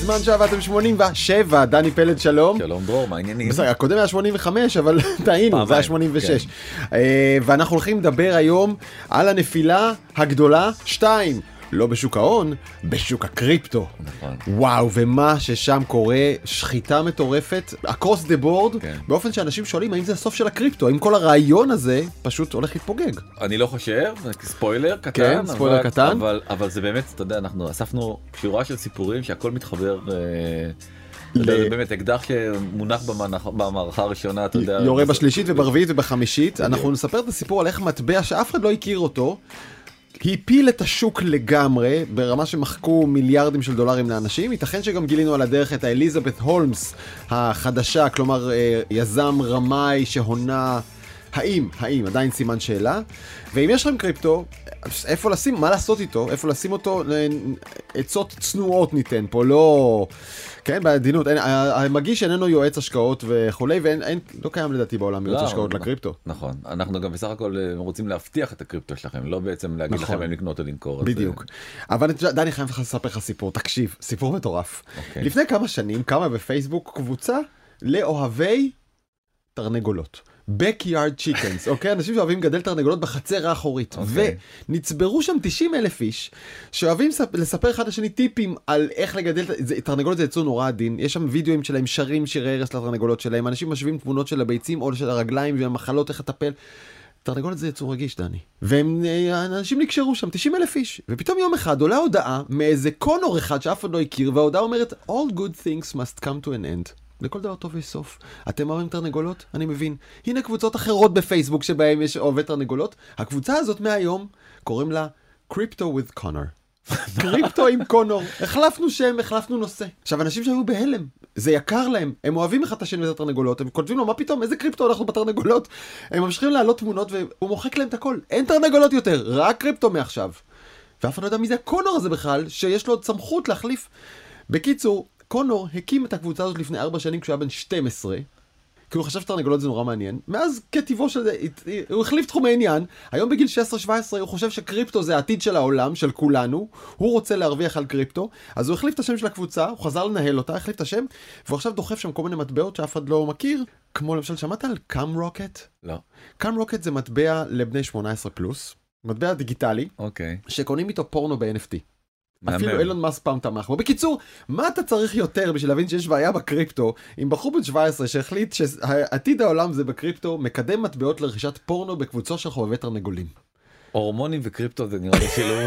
זמן שעה ואתם 87, דני פלד שלום. שלום דרור, מה העניינים? בסדר, הקודם היה 85, אבל טעינו, זה היה 86. ואנחנו הולכים לדבר היום על הנפילה הגדולה 2. לא בשוק ההון, בשוק הקריפטו. נכון. וואו, ומה ששם קורה, שחיטה מטורפת, across the board, כן. באופן שאנשים שואלים האם זה הסוף של הקריפטו, האם כל הרעיון הזה פשוט הולך להתפוגג. אני לא חושב, זה ספוילר קטן. כן, ספוילר קטן. אבל זה באמת, אתה יודע, אנחנו אספנו שורה של סיפורים שהכל מתחבר, זה באמת אקדח שמונח במערכה הראשונה, אתה יודע. יורה בשלישית וברביעית ובחמישית. אנחנו נספר את הסיפור על איך מטבע שאף אחד לא הכיר אותו, הפיל את השוק לגמרי, ברמה שמחקו מיליארדים של דולרים לאנשים. ייתכן שגם גילינו על הדרך את האליזבת הולמס החדשה, כלומר יזם רמאי שהונה. האם, עדיין סימן שאלה. ואם יש לכם קריפטו, איפה לשים, מה לעשות איתו, איפה לשים אותו, עצות צנועות ניתן פה, לא, כן, בעדינות, המגיש איננו יועץ השקעות וכולי, לא קיים לדעתי בעולם יועץ השקעות לקריפטו. נכון, אנחנו גם בסך הכל רוצים להבטיח את הקריפטו שלכם, לא בעצם להגיד לכם אם לקנות או למכור. בדיוק. אבל דני חייב לספר לך סיפור, תקשיב, סיפור מטורף. לפני כמה שנים קמה בפייסבוק קבוצה לאוהבי תרנגולות. Backyard Chickens, אוקיי? אנשים שאוהבים לגדל תרנגולות בחצר האחורית. ונצברו שם 90,000 איש, שאוהבים לספר אחד לשני טיפים על איך לגדל תרנגולות. זה יצור נורא עדין. יש שם וידאוים שלהם שרים שירי ערש לתרנגולות שלהם. אנשים משווים תמונות של הביצים או של הרגליים והמחלות, איך לטפל. תרנגולת זה יצור רגיש, דני. ואנשים נקשרו שם, 90,000 איש. ופתאום יום אחד עולה הודעה מאיזה קונור אחד שאף אחד לא הכיר, וההודעה אומרת, All good things must come to an end. לכל דבר טוב יש סוף. אתם אוהבים תרנגולות? אני מבין. הנה קבוצות אחרות בפייסבוק שבהם יש אוהבי תרנגולות. הקבוצה הזאת מהיום קוראים לה Crypto with Connor. קריפטו עם קונור. החלפנו שם, החלפנו נושא. עכשיו, אנשים שהיו בהלם, זה יקר להם. הם אוהבים אחד את השני ואת התרנגולות. הם כותבים לו, מה פתאום? איזה קריפטו אנחנו בתרנגולות? הם ממשיכים להעלות תמונות והוא מוחק להם את הכל. אין תרנגולות יותר, רק קריפטו מעכשיו. ואף אחד לא יודע מי זה הקונור הזה בכלל, שיש לו עוד סמכות להחליף. בקיצור, קונור הקים את הקבוצה הזאת לפני 4 שנים כשהוא היה בן 12, כי הוא חשב שתרנגולות זה נורא מעניין. מאז כטיבו של זה, הוא החליף תחום העניין. היום בגיל 16-17 הוא חושב שקריפטו זה העתיד של העולם, של כולנו. הוא רוצה להרוויח על קריפטו, אז הוא החליף את השם של הקבוצה, הוא חזר לנהל אותה, החליף את השם, והוא עכשיו דוחף שם כל מיני מטבעות שאף אחד לא מכיר, כמו למשל, שמעת על קאם-רוקט? לא. קאם-רוקט זה מטבע לבני 18 פלוס, מטבע דיגיטלי, שקונים איתו פורנו ב-NFT. אפילו אילון מאסק פעם תמך בו. בקיצור, מה אתה צריך יותר בשביל להבין שיש בעיה בקריפטו, אם בחור בן 17 שהחליט שעתיד העולם זה בקריפטו, מקדם מטבעות לרכישת פורנו בקבוצות של חובבי תרנגולים. הורמונים וקריפטו זה נראה לי שילוב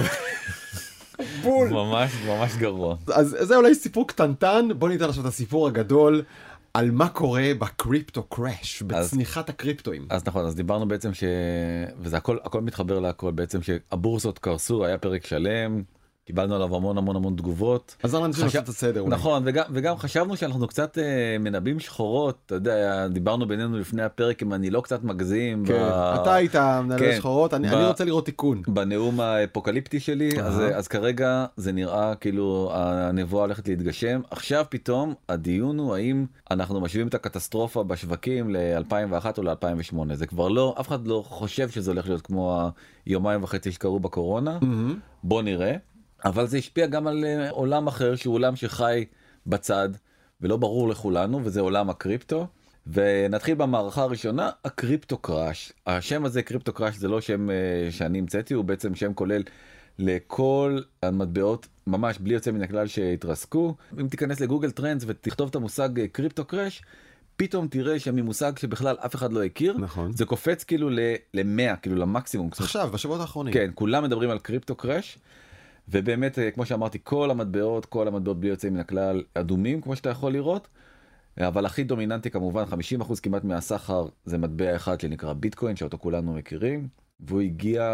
בול. ממש גרוע. אז זה אולי סיפור קטנטן, בוא ניתן עכשיו את הסיפור הגדול על מה קורה בקריפטו קראש, בצניחת הקריפטואים. אז נכון, אז דיברנו בעצם וזה הכל מתחבר להכל, בעצם שהבורסות קרסו, היה פרק שלם, קיבלנו עליו המון תגובות. אז אנחנו נעשה את הסדר. נכון, וגם חשבנו שאנחנו קצת מנבאים שחורות, אתה יודע, דיברנו בינינו לפני הפרק אם אני לא קצת מגזים. כן, אתה היית מנהל שחורות, אני רוצה לראות תיקון. בנאום האפוקליפטי שלי, אז כרגע זה נראה כאילו הנבואה הולכת להתגשם. עכשיו פתאום הדיון הוא האם אנחנו משווים את הקטסטרופה בשווקים ל-2001 או ל-2008. זה כבר לא, אף אחד לא חושב שזה הולך להיות כמו היומיים וחצי שקרו בקורונה. בוא נראה. אבל זה השפיע גם על עולם אחר, שהוא עולם שחי בצד, ולא ברור לכולנו, וזה עולם הקריפטו. ונתחיל במערכה הראשונה, הקריפטו קראש. השם הזה, קריפטו קראש, זה לא שם שאני המצאתי, הוא בעצם שם כולל לכל המטבעות, ממש בלי יוצא מן הכלל שהתרסקו. אם תיכנס לגוגל טרנדס ותכתוב את המושג קריפטו קראש, פתאום תראה שממושג שבכלל אף אחד לא הכיר, נכון. זה קופץ כאילו ל-100, כאילו למקסימום. עכשיו, בשבועות האחרונים. כן, כולם מדברים על קריפטו קראש. ובאמת, כמו שאמרתי, כל המטבעות בלי יוצא מן הכלל אדומים, כמו שאתה יכול לראות, אבל הכי דומיננטי כמובן, 50% כמעט מהסחר, זה מטבע אחד שנקרא ביטקוין, שאותו כולנו מכירים, והוא הגיע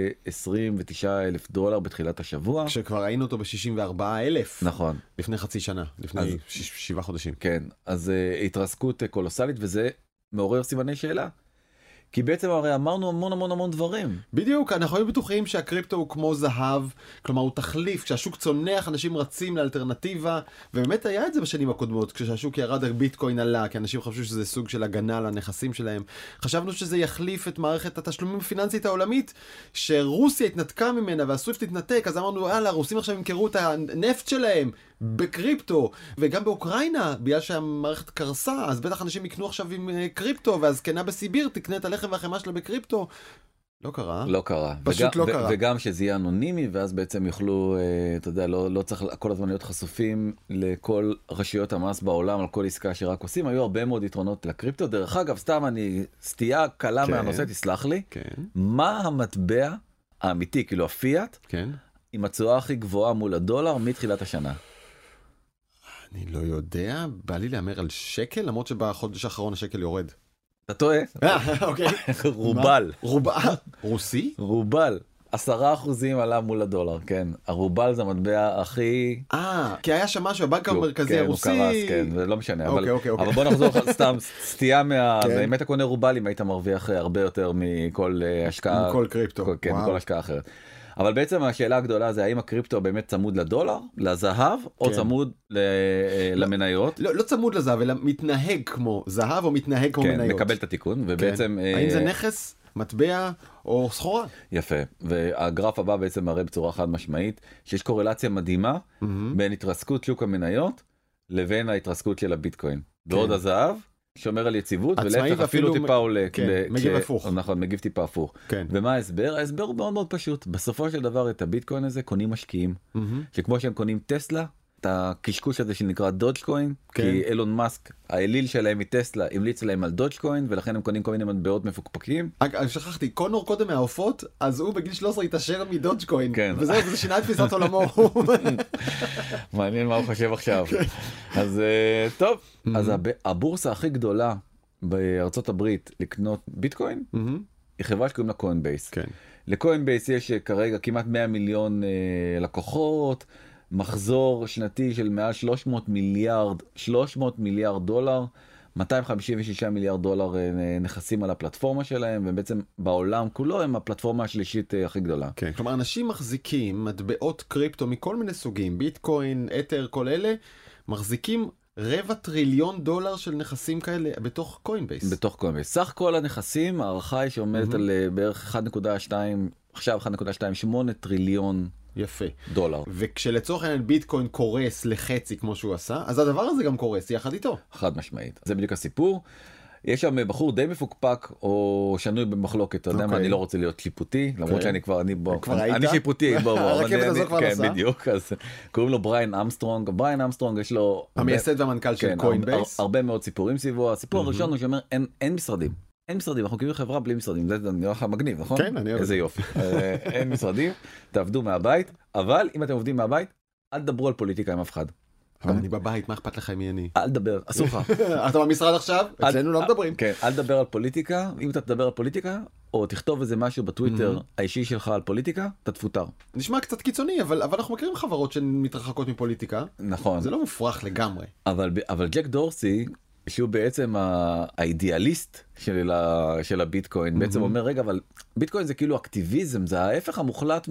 ל$29,000 בתחילת השבוע. כשכבר ראינו אותו ב-64,000. נכון. לפני חצי שנה, לפני 7 חודשים. כן, אז התרסקות קולוסלית, וזה מעורר סימני שאלה. כי בעצם הרי אמרנו המון המון המון דברים. בדיוק, אנחנו היו בטוחים שהקריפטו הוא כמו זהב, כלומר הוא תחליף, כשהשוק צונח אנשים רצים לאלטרנטיבה, ובאמת היה את זה בשנים הקודמות, כשהשוק ירד הביטקוין עלה, כי אנשים חשבו שזה סוג של הגנה על הנכסים שלהם. חשבנו שזה יחליף את מערכת התשלומים הפיננסית העולמית, שרוסיה התנתקה ממנה והסוויפט התנתק, אז אמרנו, הרוסים עכשיו ימכרו את הנפט שלהם בקריפטו, וגם באוקראינה, בגלל שהמערכת קרסה, אז בטח אנשים יקנו עכשיו עם קריפטו, והזקנה בסיביר תקנה את הלחם והחמאה שלה בקריפטו. לא קרה. לא קרה. פשוט לא קרה. וגם שזה יהיה אנונימי, ואז בעצם יוכלו, אתה יודע, לא צריך כל הזמן להיות חשופים לכל רשויות המס בעולם, על כל עסקה שרק עושים. היו הרבה מאוד יתרונות לקריפטו. דרך אגב, סתם אני סטייה קלה מהנושא, תסלח לי. מה המטבע האמיתי, כאילו הפיאט, עם התשואה הכי גבוהה מול הדולר מתחילת השנה? אני לא יודע, בא לי לאמר על שקל, למרות שבחודש האחרון השקל יורד. אתה טועה? אוקיי. רובל. רוסי? רובל. 10% עלה מול הדולר, כן. הרובל זה המטבע הכי... כי היה שם משהו, הבנק המרכזי הרוסי... כן, הוא קרס, כן, זה לא משנה. אבל בוא נחזור סתם, סטייה מה... אם היית קונה רובלים, היית מרוויח הרבה יותר מכל השקעה... מכל קריפטו. כן, מכל השקעה אחרת. אבל בעצם השאלה הגדולה זה האם הקריפטו באמת צמוד לדולר, לזהב, או צמוד למניות. לא צמוד לזהב, אלא מתנהג כמו זהב או מתנהג כמו מניות. כן, מקבל את התיקון, ובעצם... האם זה נכס, מטבע או סחורה? יפה, והגרף הבא בעצם מראה בצורה חד משמעית, שיש קורלציה מדהימה בין התרסקות שוק המניות, לבין ההתרסקות של הביטקוין. בעוד הזהב, שומר על יציבות, ולהפך אפילו טיפה עולה. מגיב הפוך. נכון, מגיב טיפה הפוך. ומה ההסבר? ההסבר הוא מאוד מאוד פשוט. בסופו של דבר את הביטקוין הזה קונים משקיעים, שכמו שהם קונים טסלה, את הקשקוש הזה שנקרא דודג'קוין, כי אילון מאסק, האליל שלהם מטסלה, המליץ להם על דודג'קוין, ולכן הם קונים כל מיני מטבעות מפוקפקים. שכחתי, קונור קודם מהעופות, אז הוא בגיל 13 התעשר מדודג'קוין, וזהו, זה שינה את תפיסת עולמו. מעניין מה הוא חושב עכשיו. אז טוב, אז הבורסה הכי גדולה בארצות הברית לקנות ביטקוין, היא חברה שקוראים לה קוינבייס. לקוינבייס יש כרגע כמעט 100 מיליון לקוחות, מחזור שנתי של מעל 300 מיליארד דולר, 256 מיליארד דולר נכסים על הפלטפורמה שלהם, ובעצם בעולם כולו הם הפלטפורמה השלישית הכי גדולה. כן, כלומר אנשים מחזיקים מטבעות קריפטו מכל מיני סוגים, ביטקוין, אתר, כל אלה, מחזיקים $250 טריליון של נכסים כאלה בתוך קוינבייס. בתוך קוינבייס. סך כל הנכסים, הערכה היא שעומדת על בערך 1.2, עכשיו 1.28 טריליון יפה. דולר. וכשלצורך העניין ביטקוין קורס לחצי כמו שהוא עשה, אז הדבר הזה גם קורס יחד איתו. חד משמעית. זה בדיוק הסיפור. יש שם בחור די מפוקפק או שנוי במחלוקת, אתה יודע מה, אני לא רוצה להיות שיפוטי, למרות שאני כבר, אני שיפוטי, הרכבת הזו כבר נסע. כן, בדיוק, אז קוראים לו בריין אמסטרונג, בריין אמסטרונג יש לו... המייסד והמנכ"ל של קוינבייס. הרבה מאוד סיפורים סביבו, הסיפור הראשון הוא שאומר, אין משרדים. אין משרדים, אנחנו קוראים חברה בלי משרדים, זה נראה לך מגניב, נכון? כן, אני אוהב. איזה יופי. אין משרדים, תעבדו מהבית, אבל אם אתם עובדים מהבית, אל תדברו על פוליטיקה עם אף אחד. אבל אני בבית, מה אכפת לך מי אני? אל תדבר, אסור לך. אתה במשרד עכשיו? אצלנו לא מדברים. כן, אל תדבר על פוליטיקה, אם אתה תדבר על פוליטיקה, או תכתוב איזה משהו בטוויטר האישי שלך על פוליטיקה, אתה תפוטר. נשמע קצת קיצוני, אבל אנחנו מכירים חברות שמתרחקות מפוליטיקה. נכון. זה לא מופרך לגמרי. אבל ג'ק דורסי, שהוא בעצם האידיאליסט של הביטקוין, בעצם אומר, רגע, אבל ביטקוין זה כאילו אקטיביזם, זה ההפך המוחלט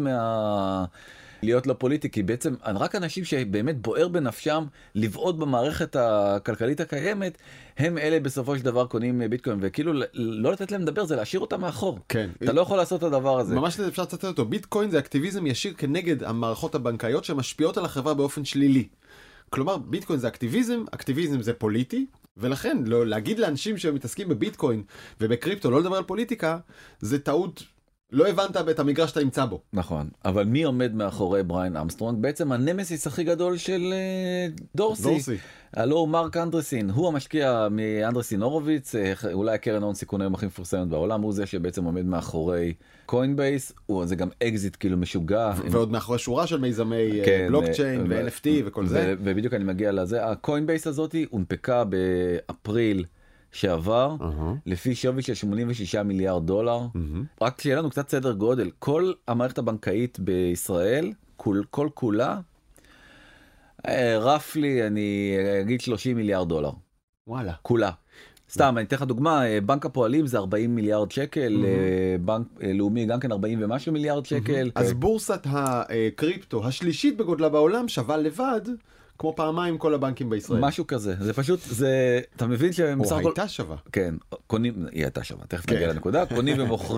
להיות לא פוליטי, כי בעצם רק אנשים שבאמת בוער בנפשם לבעוט במערכת הכלכלית הקיימת, הם אלה בסופו של דבר קונים ביטקוין, וכאילו לא לתת להם לדבר, זה להשאיר אותם מאחור. כן. אתה לא יכול לעשות את הדבר הזה. ממש אפשר לצטט אותו. ביטקוין זה אקטיביזם ישיר כנגד המערכות הבנקאיות שמשפיעות על החברה באופן שלילי. כלומר, ביטקוין זה אקטיביזם, אקטיביזם זה פוליטי, ולכן להגיד לאנשים שמתעסקים בביטקוין ובקריפטו לא לדבר על פוליטיקה, זה טעות. לא הבנת את המגרש שאתה נמצא בו. נכון, אבל מי עומד מאחורי בריין אמסטרונג? בעצם הנמסיס הכי גדול של דורסי. הלא הוא מרק אנדרסין, הוא המשקיע מאנדרסין הורוביץ, אולי הקרן הון סיכון היום הכי מפורסמת בעולם, הוא זה שבעצם עומד מאחורי קוינבייס, זה גם אקזיט כאילו משוגע. ועוד מאחורי שורה של מיזמי בלוקצ'יין ו-NFT וכל זה. ובדיוק אני מגיע לזה, הקוינבייס הזאת הונפקה באפריל שעבר, לפי שווי של 86 מיליארד דולר. רק שיהיה לנו קצת סדר גודל, כל המערכת הבנקאית בישראל, כל כולה, רפלי, אני אגיד 30 מיליארד דולר. וואלה. כולה. סתם, אני אתן לך דוגמה, בנק הפועלים זה 40 מיליארד שקל, בנק לאומי גם כן 40 ומשהו מיליארד שקל. אז בורסת הקריפטו השלישית בגודלה בעולם שווה לבד, כמו פעמיים כל הבנקים בישראל. משהו כזה, זה פשוט, זה, אתה מבין או הייתה שווה. כן, קונים, היא הייתה שווה, תכף נגיע לנקודה, קונים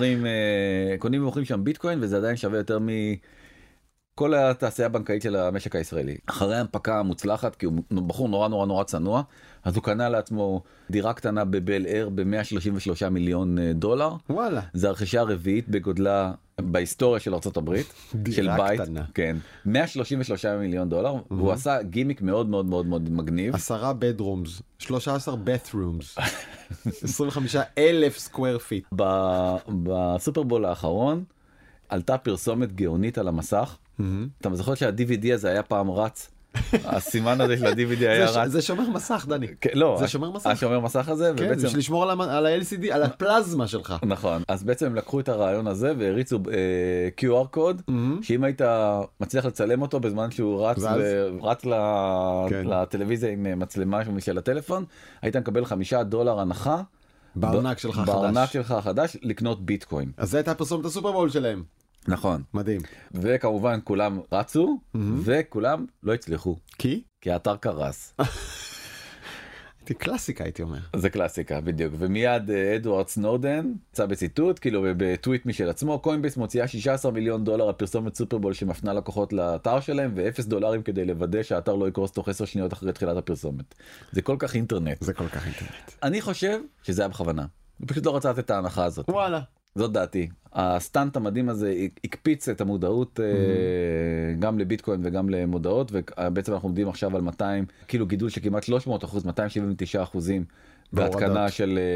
ומוכרים שם ביטקוין, וזה עדיין שווה יותר כל התעשייה הבנקאית של המשק הישראלי. אחרי ההנפקה המוצלחת, כי הוא בחור נורא נורא נורא צנוע, אז הוא קנה לעצמו דירה קטנה בבל אר ב$133 מיליון. וואלה. זה הרכישה הרביעית בגודלה בהיסטוריה של ארצות הברית. דירה של בית, קטנה. כן. $133 מיליון, והוא עשה גימיק מאוד מאוד מאוד מאוד מגניב. 10 bedrooms, 13 bathrooms, 25,000 square feet. בסופרבול האחרון, עלתה פרסומת גאונית על המסך. אתה זוכר שה-DVD הזה היה פעם רץ? הסימן הזה של ה-DVD היה רץ. זה שומר מסך, דני. לא, זה שומר מסך. השומר מסך הזה. כן, בשביל לשמור על ה-LCD, על הפלזמה שלך. נכון. אז בעצם הם לקחו את הרעיון הזה והריצו QR קוד, שאם היית מצליח לצלם אותו בזמן שהוא רץ לטלוויזיה עם מצלמה של הטלפון, היית מקבל $5 הנחה. בארנק שלך החדש. בארנק שלך החדש לקנות ביטקוין. אז זה הייתה פרסומת הסופרבול שלהם. נכון. מדהים. וכמובן כולם רצו, וכולם לא הצליחו. כי? כי האתר קרס. זה קלאסיקה הייתי אומר. זה קלאסיקה, בדיוק. ומיד אדוארד סנודן, יצא בציטוט, כאילו בטוויט משל עצמו, קוינבייס מוציאה $16 מיליון על פרסומת סופרבול שמפנה לקוחות לאתר שלהם, ו$0 כדי לוודא שהאתר לא יקרוס תוך 10 שניות אחרי תחילת הפרסומת. זה כל כך אינטרנט. זה כל כך אינטרנט. אני חושב שזה היה בכוונה. הוא פשוט לא רצה את ההנחה הזאת. וואלה. זאת דעתי. הסטנט המדהים הזה הקפיץ את המודעות גם לביטקוין וגם למודעות, ובעצם אנחנו עומדים עכשיו על 200, כאילו גידול של כמעט 300%, 279% בהתקנה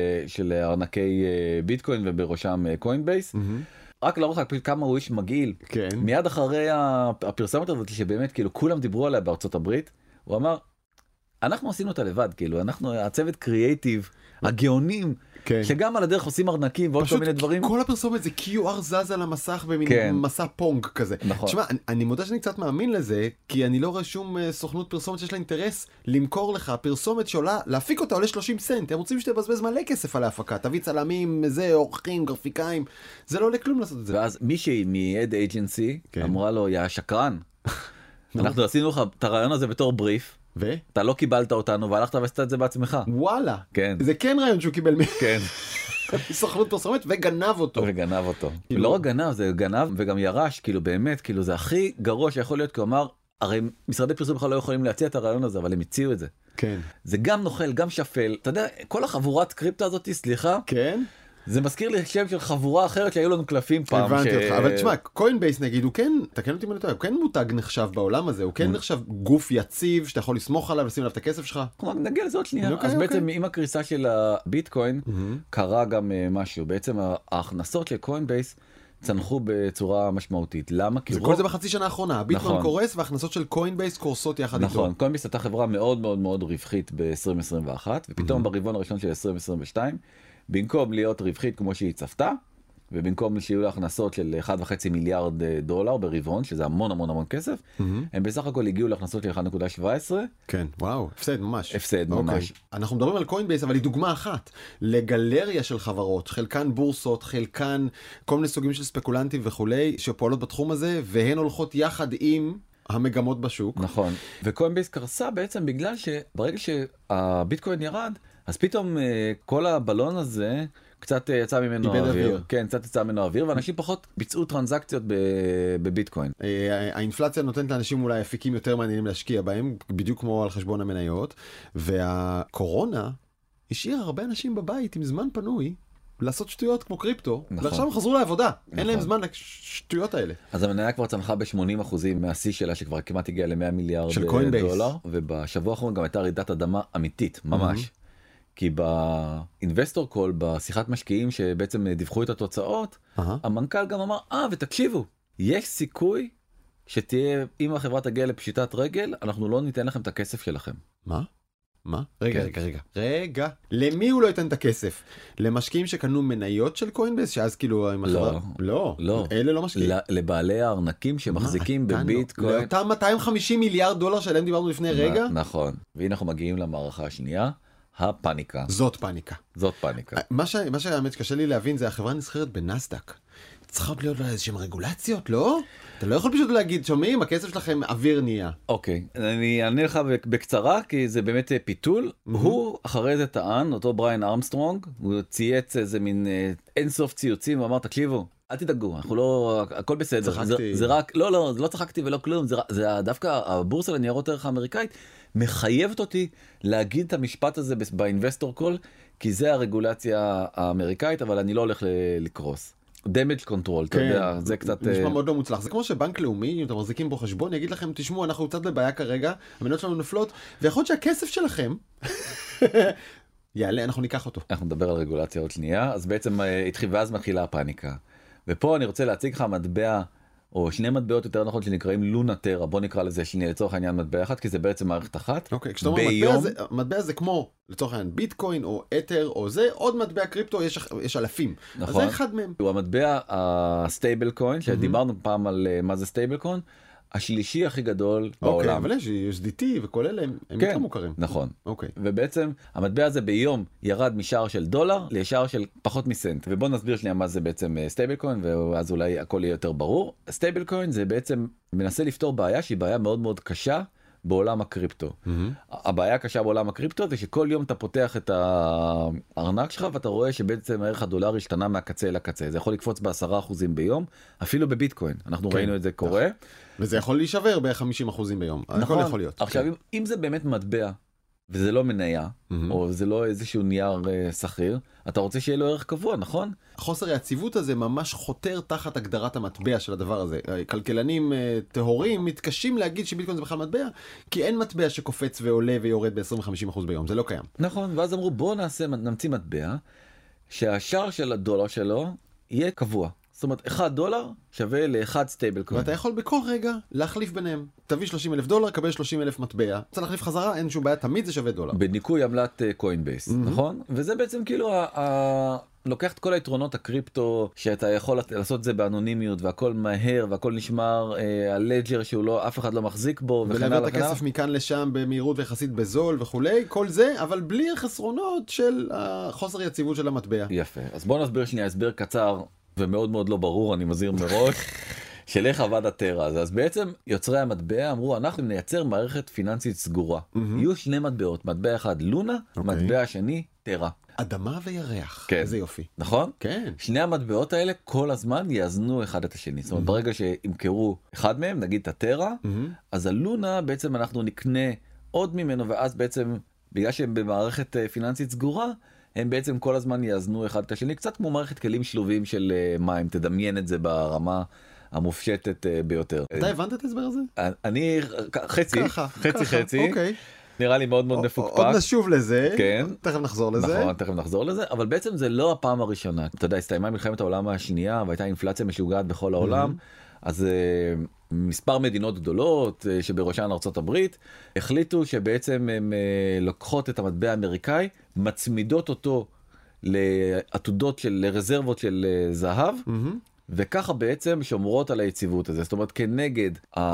של ארנקי ביטקוין ובראשם קוינבייס. רק להראות לך כמה הוא איש מגעיל. מיד אחרי הפרסומת הזאת שבאמת כאילו כולם דיברו עליה בארצות הברית, הוא אמר, אנחנו עשינו אותה לבד, כאילו אנחנו הצוות קריאייטיב, הגאונים, שגם על הדרך עושים ארנקים ועוד כל מיני דברים. כל הפרסומת זה QR זז על המסך במין מסע פונג כזה. תשמע, אני מודה שאני קצת מאמין לזה, כי אני לא רואה שום סוכנות פרסומת שיש לה אינטרס למכור לך פרסומת שעולה, להפיק אותה עולה 30 סנט. הם רוצים שתבזבז מלא כסף על ההפקה, תביא צלמים, עורכים, גרפיקאים, זה לא עולה כלום לעשות את זה. ואז מישהי מ-Ad Agency אמרה לו, יא שקרן, אנחנו עשינו לך את הרעיון הזה בתור בריף, אתה לא קיבלת אותנו והלכת ועשית את זה בעצמך. וואלה. כן. זה כן רעיון שהוא קיבל כן. סוכנות פרסומת וגנב אותו. וגנב אותו. לא רק גנב, זה גנב וגם ירש, כאילו באמת, כאילו זה הכי גרוע שיכול להיות, כי הוא אמר, הרי משרדי פרסום בכלל לא יכולים להציע את הרעיון הזה, אבל הם הציעו את זה. כן. זה גם נוכל, גם שפל. אתה יודע, כל החבורת קריפטו הזאת, סליחה. כן. זה מזכיר לי שם של חבורה אחרת שהיו לנו קלפים פעם. הבנתי אותך, אבל תשמע, קוינבייס נגיד, הוא כן, תקן אותי אם אני טועה, הוא כן מותג נחשב בעולם הזה, הוא כן נחשב גוף יציב, שאתה יכול לסמוך עליו, לשים עליו את הכסף שלך. נגיע לזה עוד שנייה. אז בעצם עם הקריסה של הביטקוין, קרה גם משהו. בעצם ההכנסות של קוינבייס צנחו בצורה משמעותית. למה? זה כל זה בחצי שנה האחרונה, הביטקוין קורס וההכנסות של קוינבייס קורסות יחד איתו. נכון, קוינבייס הייתה חברה מאוד מאוד מאוד רווחית ב-2021, ופתאום ברבעון הראשון של 2022, במקום להיות רווחית כמו שהיא צפתה, ובמקום שיהיו לה הכנסות של $1.5 מיליארד ברבעון, שזה המון המון המון כסף, הם בסך הכל הגיעו להכנסות של 1.17. כן, וואו, הפסד ממש. הפסד ממש. אנחנו מדברים על קוינבייס, אבל היא דוגמה אחת לגלריה של חברות, חלקן בורסות, חלקן כל מיני סוגים של ספקולנטים וכולי, שפועלות בתחום הזה, והן הולכות יחד עם המגמות בשוק. נכון. וקוינבייס קרסה בעצם בגלל שברגע שהביטקוין ירד, אז פתאום כל הבלון הזה קצת יצא ממנו אוויר. כן, קצת יצא ממנו אוויר, ואנשים פחות ביצעו טרנזקציות בביטקוין. האינפלציה נותנת לאנשים אולי אפיקים יותר מעניינים להשקיע בהם, בדיוק כמו על חשבון המניות, והקורונה השאירה הרבה אנשים בבית עם זמן פנוי, לעשות שטויות כמו קריפטו, ועכשיו הם חזרו לעבודה, אין להם זמן לשטויות האלה. אז המניה כבר צנחה ב-80% מהשיא שלה, שכבר כמעט הגיעה ל$100 מיליארד, ובשבוע האחרון גם הייתה רעידת אדמה אמיתית, ממש. כי באינבסטור קול, בשיחת משקיעים שבעצם דיווחו את התוצאות, המנכ"ל גם אמר, ותקשיבו, יש סיכוי שתהיה, אם החברה תגיע לפשיטת רגל, אנחנו לא ניתן לכם את הכסף שלכם. מה? רגע. למי הוא לא ייתן את הכסף? למשקיעים שקנו מניות של קוינבייס, שאז כאילו... לא. אלה לא משקיעים. לבעלי הארנקים שמחזיקים בביטקוין. לאותם $250 מיליארד שלהם דיברנו לפני רגע? נכון. והנה אנחנו מגיעים למערכה השנייה. הפאניקה. זאת פאניקה. זאת פאניקה. מה שהאמת שקשה לי להבין זה החברה נסחרת בנסדק. צריכות להיות לה איזשהם רגולציות, לא? אתה לא יכול פשוט להגיד, שומעים, הכסף שלכם אוויר נהיה. אוקיי, אני אענה לך בקצרה, כי זה באמת פיתול. הוא אחרי זה טען, אותו בריין ארמסטרונג, הוא צייץ איזה מין אינסוף ציוצים, ואמר, תקשיבו, אל תדאגו, אנחנו לא, הכל בסדר. צחקתי. זה רק, לא, זה לא צחקתי ולא כלום, זה דווקא הבורסה לניירות ערך האמריקאית, מחייבת אותי להגיד את המשפט הזה באינבסטור קול, כי זה הרגולציה האמריקאית, אבל אני לא הולך לקרוס. damage control, אתה יודע, זה קצת... נשמע מאוד לא מוצלח. זה כמו שבנק לאומי, אם אתם מחזיקים בו חשבון, יגיד לכם, תשמעו, אנחנו קצת בבעיה כרגע, המניות שלנו נופלות, ויכול להיות שהכסף שלכם יעלה, אנחנו ניקח אותו. אנחנו נדבר על רגולציה עוד שנייה, אז בעצם ואז מתחילה הפאניקה. ופה אני רוצה להציג לך מטבע, או שני מטבעות יותר נכון שנקראים לונה טרה, בוא נקרא לזה שנייה לצורך העניין מטבע אחד, כי זה בעצם מערכת אחת. אוקיי, כשאתה אומר מטבע זה כמו לצורך העניין ביטקוין או אתר או זה, עוד מטבע קריפטו יש אלפים. נכון. אז זה אחד מהם. הוא המטבע הסטייבל קוין, שדיברנו פעם על מה זה סטייבל קוין, השלישי הכי גדול בעולם. אבל יש USDT וכל אלה הם יותר מוכרים. נכון. אוקיי. ובעצם המטבע הזה ביום ירד משער של דולר לשער של פחות מסנט. ובוא נסביר שנייה מה זה בעצם סטייבל קוין, ואז אולי הכל יהיה יותר ברור. סטייבל קוין זה בעצם מנסה לפתור בעיה שהיא בעיה מאוד מאוד קשה בעולם הקריפטו. הבעיה הקשה בעולם הקריפטו זה שכל יום אתה פותח את הארנק שלך ואתה רואה שבעצם הערך הדולר השתנה מהקצה לקצה. זה יכול לקפוץ ב10% ביום, אפילו בביטקוין. אנחנו ראינו את זה קורה. וזה יכול להישבר ב-50% ביום. הכל יכול להיות. עכשיו, אם זה באמת מטבע, וזה לא מניה, או זה לא איזשהו נייר שכיר, אתה רוצה שיהיה לו ערך קבוע, נכון? חוסר היציבות הזה ממש חותר תחת הגדרת המטבע של הדבר הזה. כלכלנים טהורים מתקשים להגיד שביטקוין זה בכלל מטבע, כי אין מטבע שקופץ ועולה ויורד ב-25% ביום, זה לא קיים. נכון, ואז אמרו בוא נמציא מטבע, שהשער של הדולר שלו יהיה קבוע. זאת אומרת, $1 שווה ל1 סטייבל קוין. ואתה יכול בכל רגע להחליף ביניהם. תביא $30,000, קבל 30,000 מטבע. רוצה להחליף חזרה, אין שום בעיה, תמיד זה שווה $1. בניקוי עמלת קוינבייס, נכון? וזה בעצם כאילו לוקח את כל היתרונות הקריפטו, שאתה יכול לעשות את זה באנונימיות, והכל מהר, והכל נשמר, הלג'ר שהוא לא, אף אחד לא מחזיק בו, ולהביא את הכסף מכאן לשם במהירות ויחסית בזול וכולי, כל זה, אבל בלי החסרונות של חוסר יציבות של המטבע. יפה. אז בוא נסביר שנייה, הסבר קצר ומאוד מאוד לא ברור, אני מזהיר מראש, של איך עבד הטרה הזה. אז בעצם יוצרי המטבע אמרו, אנחנו נייצר מערכת פיננסית סגורה. יהיו שני מטבעות, מטבע אחד לונה, מטבע שני טרה. אדמה וירח, כן. איזה יופי. נכון? כן. שני המטבעות האלה כל הזמן יאזנו אחד את השני. זאת אומרת, ברגע שימכרו אחד מהם, נגיד את הטרה, אז הלונה בעצם אנחנו נקנה עוד ממנו, ואז בעצם, בגלל שהם במערכת פיננסית סגורה, הם בעצם כל הזמן יאזנו אחד את השני, קצת כמו מערכת כלים שלובים של מים, תדמיין את זה ברמה המופשטת ביותר. אתה הבנת את ההסבר הזה? אני חצי. אוקיי. נראה לי מאוד מאוד מפוקפק. עוד נשוב לזה, כן. תכף נחזור לזה. נכון, תכף נחזור לזה, אבל בעצם זה לא הפעם הראשונה. אתה יודע, הסתיימה מלחמת העולם השנייה, והייתה אינפלציה משוגעת בכל העולם, אז מספר מדינות גדולות, שבראשן ארצות הברית, החליטו שבעצם הן לוקחות את המטבע האמריקאי, מצמידות אותו לעתודות לרזרבות של זהב, וככה בעצם שומרות על היציבות הזה. זאת אומרת, כנגד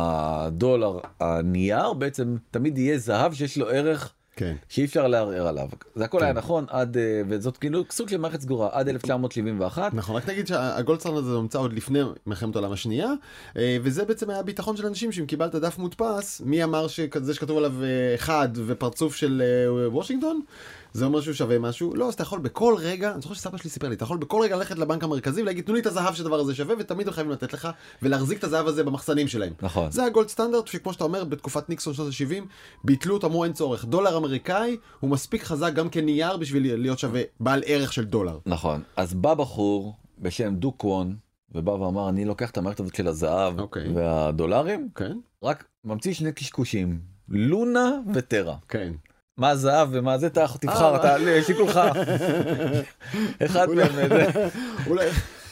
הדולר הנייר, בעצם תמיד יהיה זהב שיש לו ערך שאי אפשר לערער עליו. זה הכל היה נכון עד, וזאת כאילו סוג של מערכת סגורה, עד 1971. נכון, רק נגיד שהגולדסטנדרט הזה נמצא עוד לפני מלחמת העולם השנייה, וזה בעצם היה הביטחון של אנשים שאם קיבלת דף מודפס, מי אמר שזה שכתוב עליו אחד ופרצוף של וושינגטון, זה אומר שהוא שווה משהו. לא, אז אתה יכול בכל רגע, אני זוכר שסבא שלי סיפר לי, אתה יכול בכל רגע ללכת לבנק המרכזי ולהגיד, תנו לי את הזהב שהדבר הזה שווה, ותמיד הם חייבים לתת לך ולהחזיק את הזהב הזה במחסנים שלהם. נכון. זה הגולד סטנדרט, שכמו שאתה אומר, בתקופת ניקסון שנות ה-70, ביטלו, אמרו אין צורך. דולר אמריקאי הוא מספיק חזק גם כנייר בשביל להיות שווה בעל ערך של דולר. נכון. אז בא בחור בשם דו קוון, ובא ואמר, אני לוקח את המערכת הזאת של הזהב והדולרים, רק ממציא שני קשקושים, לונה וטרה. כן. מה הזהב ומה זה, תבחר, אתה, יש לי כולך. אחד מהם, אולי.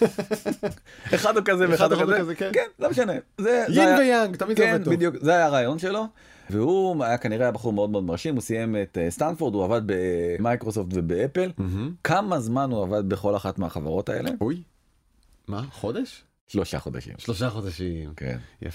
אחד הוא כזה ואחד הוא כזה, כן, לא משנה. יין ויאנג, תמיד זה עובד טוב. בדיוק, זה היה הרעיון שלו, והוא היה כנראה בחור מאוד מאוד מרשים, הוא סיים את סטנפורד, הוא עבד במייקרוסופט ובאפל. כמה זמן הוא עבד בכל אחת מהחברות האלה? אוי, מה, חודש? 3 חודשים. 3 חודשים, כן. יפה.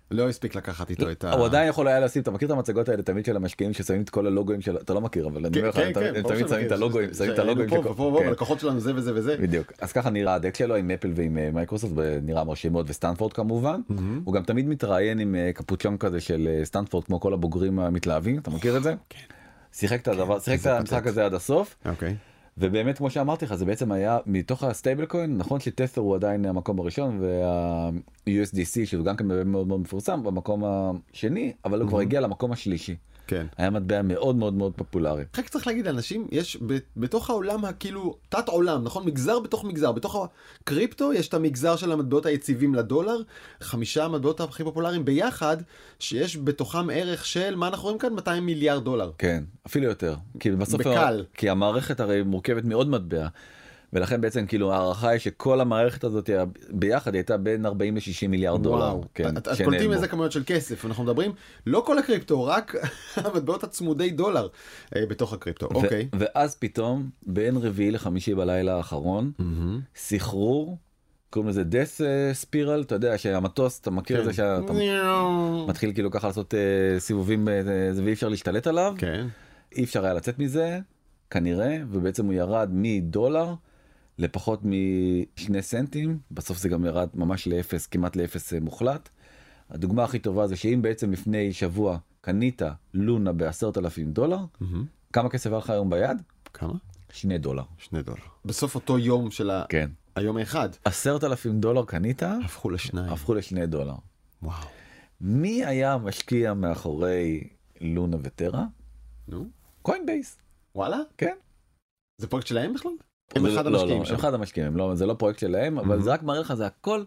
לא הספיק לקחת איתו את ה... הוא עדיין יכול היה לשים, אתה מכיר את המצגות האלה תמיד של המשקיעים ששמים את כל הלוגויים של... אתה לא מכיר, אבל אני אומר לך, הם תמיד שמים את הלוגויים, שמים את הלוגויים. פה, הלקוחות שלנו זה וזה וזה. בדיוק. אז ככה נראה הדק שלו עם אפל ועם מייקרוסופט, ונראה מרשים מאוד, וסטנפורד כמובן. הוא גם תמיד מתראיין עם קפוצ'ון כזה של סטנפורד, כמו כל הבוגרים המתלהבים, אתה מכיר את זה? כן. שיחק את המשחק הזה עד הסוף. אוקיי. ובאמת כמו שאמרתי לך זה בעצם היה מתוך הסטייבל קוין, נכון שטת'ר הוא עדיין המקום הראשון וה-USDC שהוא גם כן מאוד מאוד מפורסם במקום השני, אבל הוא כבר הגיע למקום השלישי. כן. היה מטבע מאוד מאוד מאוד פופולרי. רק צריך להגיד לאנשים, יש בתוך העולם הכאילו תת עולם, נכון? מגזר בתוך מגזר. בתוך הקריפטו יש את המגזר של המטבעות היציבים לדולר, 5 המטבעות הכי פופולריים ביחד, שיש בתוכם ערך של, מה אנחנו רואים כאן? 200 מיליארד דולר. כן, אפילו יותר. כי בסוף בקל. כי המערכת הרי מורכבת מאוד מטבע. ולכן בעצם כאילו הערכה היא שכל המערכת הזאת ביחד הייתה בין 40 ל-60 מיליארד דולר. כן, את קולטים איזה כמויות של כסף, אנחנו מדברים לא כל הקריפטו, רק המטבעות הצמודי דולר בתוך הקריפטו. אוקיי. ואז פתאום בין רביעי לחמישי בלילה האחרון, סחרור, קוראים לזה דס ספירל, אתה יודע שהמטוס, אתה מכיר את זה שאתה מתחיל כאילו ככה לעשות סיבובים ואי אפשר להשתלט עליו. כן. אי אפשר היה לצאת מזה, כנראה, ובעצם הוא ירד מדולר לפחות מ2 סנטים, בסוף זה גם ירד ממש לאפס, כמעט לאפס מוחלט. הדוגמה הכי טובה זה שאם בעצם לפני שבוע קנית לונה ב$10,000, כמה כסף היה לך היום ביד? כמה? $2. $2. בסוף אותו יום של כן. היום האחד. $10,000 קנית? הפכו ל2. הפכו ל$2. וואו. מי היה המשקיע מאחורי לונה וטרה? נו? קוינבייס. וואלה? כן. זה פרויקט שלהם בכלל? הם אחד המשקיעים שלהם. אחד המשקיעים, זה לא פרויקט שלהם, אבל זה רק מראה לך, זה הכל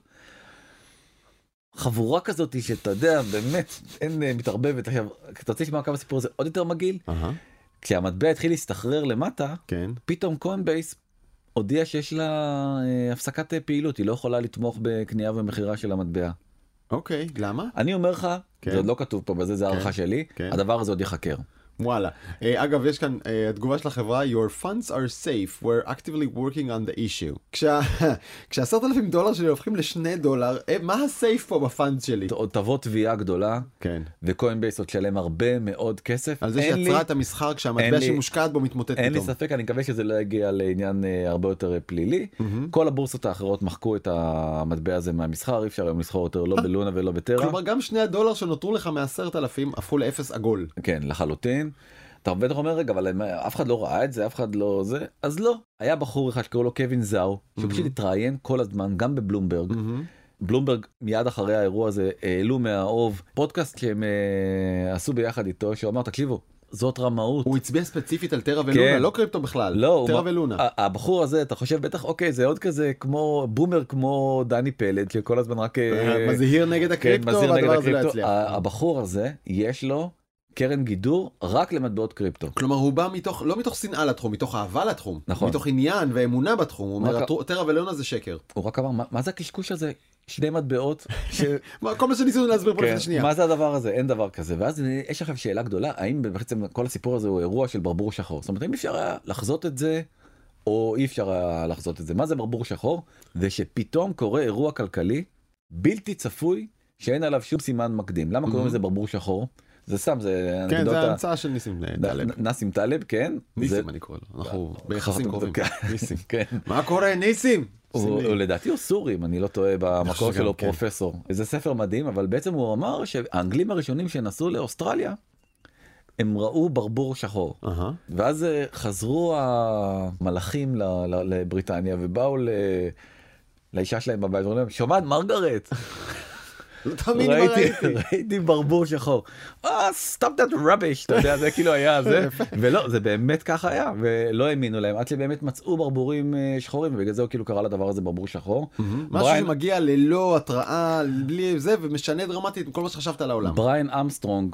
חבורה כזאת שאתה יודע, באמת, אין מתערבבת. עכשיו, אתה רוצה לשמוע כמה סיפור הזה עוד יותר מגעיל? כשהמטבע התחיל להסתחרר למטה, פתאום קוינבייס הודיע שיש לה הפסקת פעילות, היא לא יכולה לתמוך בקנייה ומחירה של המטבע. אוקיי, למה? אני אומר לך, זה עוד לא כתוב פה בזה, זה הערכה שלי, הדבר הזה עוד יחקר. וואלה. אגב, יש כאן התגובה של החברה, Your funds are safe, we're actively working on the issue. $10,000 שלי הופכים ל$2, מה הסייף פה בפאנד שלי? תבוא תביעה גדולה, כן. וקוינבייס עוד שלם הרבה מאוד כסף. על זה שיצרה את המסחר כשהמטבע שמושקעת בו מתמוטט פתאום. אין לי ספק, אני מקווה שזה לא יגיע לעניין הרבה יותר פלילי. כל הבורסות האחרות מחקו את המטבע הזה מהמסחר, אי אפשר היום לסחור יותר לא בלונה ולא בטרה. כלומר, גם $2 שנותרו לך מ10,000 הפכו לאפס עגול. כן, לחלוטין. אתה בטח אומר רגע, אבל אף אחד לא ראה את זה, אף אחד לא זה, אז לא. היה בחור אחד שקראו לו קווין זאו, שפשוט התראיין כל הזמן, גם בבלומברג. בלומברג מיד אחרי האירוע הזה העלו מהאוב פודקאסט שהם עשו ביחד איתו, שהוא אמר, תקשיבו, זאת רמאות. הוא הצביע ספציפית על טרה ולונה, לא קריפטו בכלל, טרה ולונה. הבחור הזה, אתה חושב בטח, אוקיי, זה עוד כזה כמו בומר, כמו דני פלד, שכל הזמן רק... מזהיר נגד הקריפטו, והדבר הזה לא יצליח. הבחור הזה, יש לו קרן גידור רק למטבעות קריפטו. כלומר הוא בא מתוך, לא מתוך שנאה לתחום, מתוך אהבה לתחום. נכון. מתוך עניין ואמונה בתחום. הוא אומר, טרה ולונה זה שקר. הוא רק אמר, מה זה הקשקוש הזה? 2 מטבעות. כל מה שניסינו להסביר פה לפני שנייה. מה זה הדבר הזה? אין דבר כזה. ואז יש עכשיו שאלה גדולה, האם בעצם כל הסיפור הזה הוא אירוע של ברבור שחור? זאת אומרת, האם אפשר היה לחזות את זה, או אי אפשר היה לחזות את זה? מה זה ברבור שחור? זה שפתאום קורה אירוע כלכלי, בלתי צפוי, שאין עליו שום סימן מקדים. למה קוראים לזה ברבור שחור? זה סתם, זה... כן, זה ההמצאה של ניסים טלב. ניסים טלב, כן. ניסים אני קורא לו, אנחנו ביחסים קרובים. ניסים. מה קורה, ניסים? הוא לדעתי הוא סורי, אם אני לא טועה, במקור שלו פרופסור. זה ספר מדהים, אבל בעצם הוא אמר שהאנגלים הראשונים שנסעו לאוסטרליה, הם ראו ברבור שחור. ואז חזרו המלאכים לבריטניה, ובאו לאישה שלהם בבית, ואומרים, שומעת מרגרט? ראיתי ברבור שחור. stop that rubbish, אתה יודע, זה כאילו היה זה, ולא, זה באמת ככה היה, ולא האמינו להם, עד שבאמת מצאו ברבורים שחורים, ובגלל זה הוא כאילו קרא לדבר הזה ברבור שחור. משהו שמגיע ללא התראה, בלי זה, ומשנה דרמטית כל מה שחשבת על העולם. בריין אמסטרונג,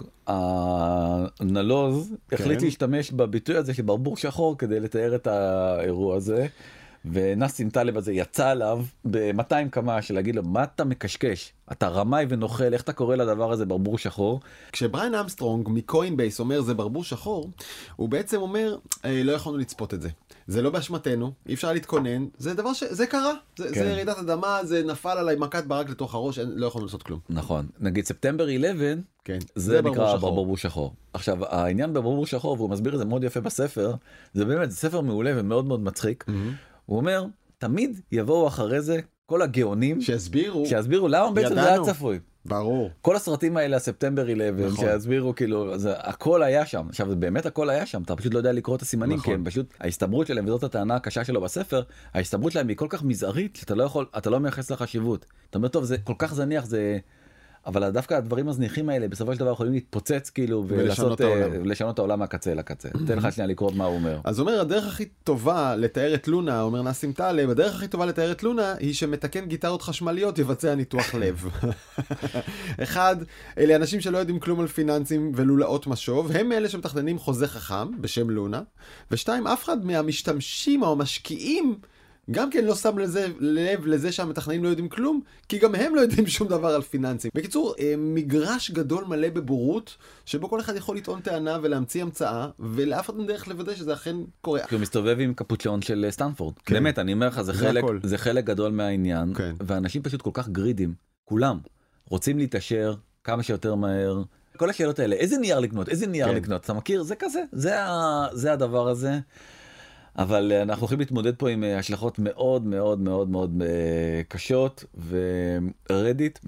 הנלוז, החליט להשתמש בביטוי הזה של ברבור שחור, כדי לתאר את האירוע הזה. ונסים טלב הזה יצא עליו ב-200 קמ"ש להגיד לו, מה אתה מקשקש? אתה רמאי ונוכל, איך אתה קורא לדבר הזה ברבור שחור? כשבריין אמסטרונג מקוינבייס אומר זה ברבור שחור, הוא בעצם אומר, לא יכולנו לצפות את זה. זה לא באשמתנו, אי אפשר להתכונן, זה דבר זה קרה, זה ירידת אדמה, זה נפל עליי מכת ברק לתוך הראש, לא יכולנו לעשות כלום. נכון, נגיד ספטמבר 11, כן, זה נקרא ברבור שחור. עכשיו, העניין בברבור שחור, והוא מסביר את זה מאוד יפה בספר, זה באמת, זה ספר מעולה ומאוד מאוד מצחיק. הוא אומר, תמיד יבואו אחרי זה כל הגאונים שיסבירו למה בעצם זה היה צפוי. ברור. כל הסרטים האלה, ספטמבר 11, שיסבירו כאילו, הכל היה שם. עכשיו, באמת הכל היה שם, אתה פשוט לא יודע לקרוא את הסימנים, כי הם פשוט, ההסתברות שלהם, וזאת הטענה הקשה שלו בספר, ההסתברות שלהם היא כל כך מזערית, שאתה לא יכול, אתה לא מייחס לחשיבות. אתה אומר, טוב, זה כל כך זניח, זה... אבל דווקא הדברים הזניחים האלה בסופו של דבר יכולים להתפוצץ כאילו ולשנות את העולם מהקצה לקצה. תן לך שנייה לקרוא מה הוא אומר. אז הוא אומר, הדרך הכי טובה לתאר את לונה, אומר נסים טלב, הדרך הכי טובה לתאר את לונה היא שמתקן גיטרות חשמליות יבצע ניתוח לב. אחד, אלה אנשים שלא יודעים כלום על פיננסים ולולאות משוב, הם אלה שמתכננים חוזה חכם בשם לונה, ושתיים, אף אחד מהמשתמשים או המשקיעים גם כן לא שם לב לזה שהמתכננים לא יודעים כלום, כי גם הם לא יודעים שום דבר על פיננסים. בקיצור, מגרש גדול מלא בבורות, שבו כל אחד יכול לטעון טענה ולהמציא המצאה, ולאף אחד אין דרך לוודא שזה אכן קורה. כי הוא מסתובב עם קפוצ'ון של סטנפורד. כן. באמת, אני אומר לך, זה חלק גדול מהעניין, כן. ואנשים פשוט כל כך גרידים, כולם, רוצים להתעשר כמה שיותר מהר. כל השאלות האלה, איזה נייר לקנות, איזה נייר לקנות, אתה מכיר? זה כזה, זה הדבר הזה. אבל אנחנו הולכים להתמודד פה עם השלכות מאוד מאוד מאוד מאוד קשות, ורדיט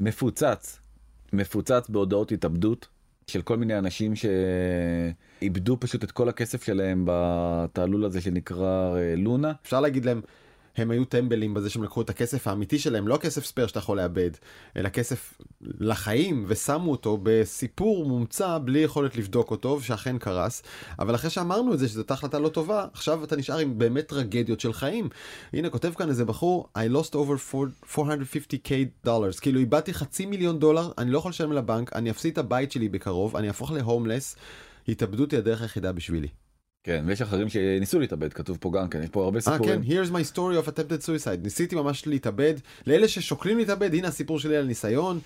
מפוצץ בהודעות התאבדות של כל מיני אנשים שאיבדו פשוט את כל הכסף שלהם בתעלול הזה שנקרא לונה. אפשר להגיד להם, הם היו טמבלים בזה שהם לקחו את הכסף האמיתי שלהם, לא הכסף ספייר שאתה יכול לאבד, אלא כסף לחיים, ושמו אותו בסיפור מומצא בלי יכולת לבדוק אותו, שאכן קרס. אבל אחרי שאמרנו את זה, שזאת החלטה לא טובה, עכשיו אתה נשאר עם באמת טרגדיות של חיים. הנה, כותב כאן איזה בחור, I lost over $450,000, כאילו איבדתי $500,000, אני לא יכול לשלם לבנק, אני אפסיד את הבית שלי בקרוב, אני אהפוך להומלס, התאבדות היא הדרך היחידה בשבילי. כן, ויש אחרים שניסו להתאבד, כתוב פה גם כן, יש פה הרבה סיפורים. כן, here's my story of attempted suicide. ניסיתי ממש להתאבד. לאלה ששוקלים להתאבד, הנה הסיפור שלי על ניסיון,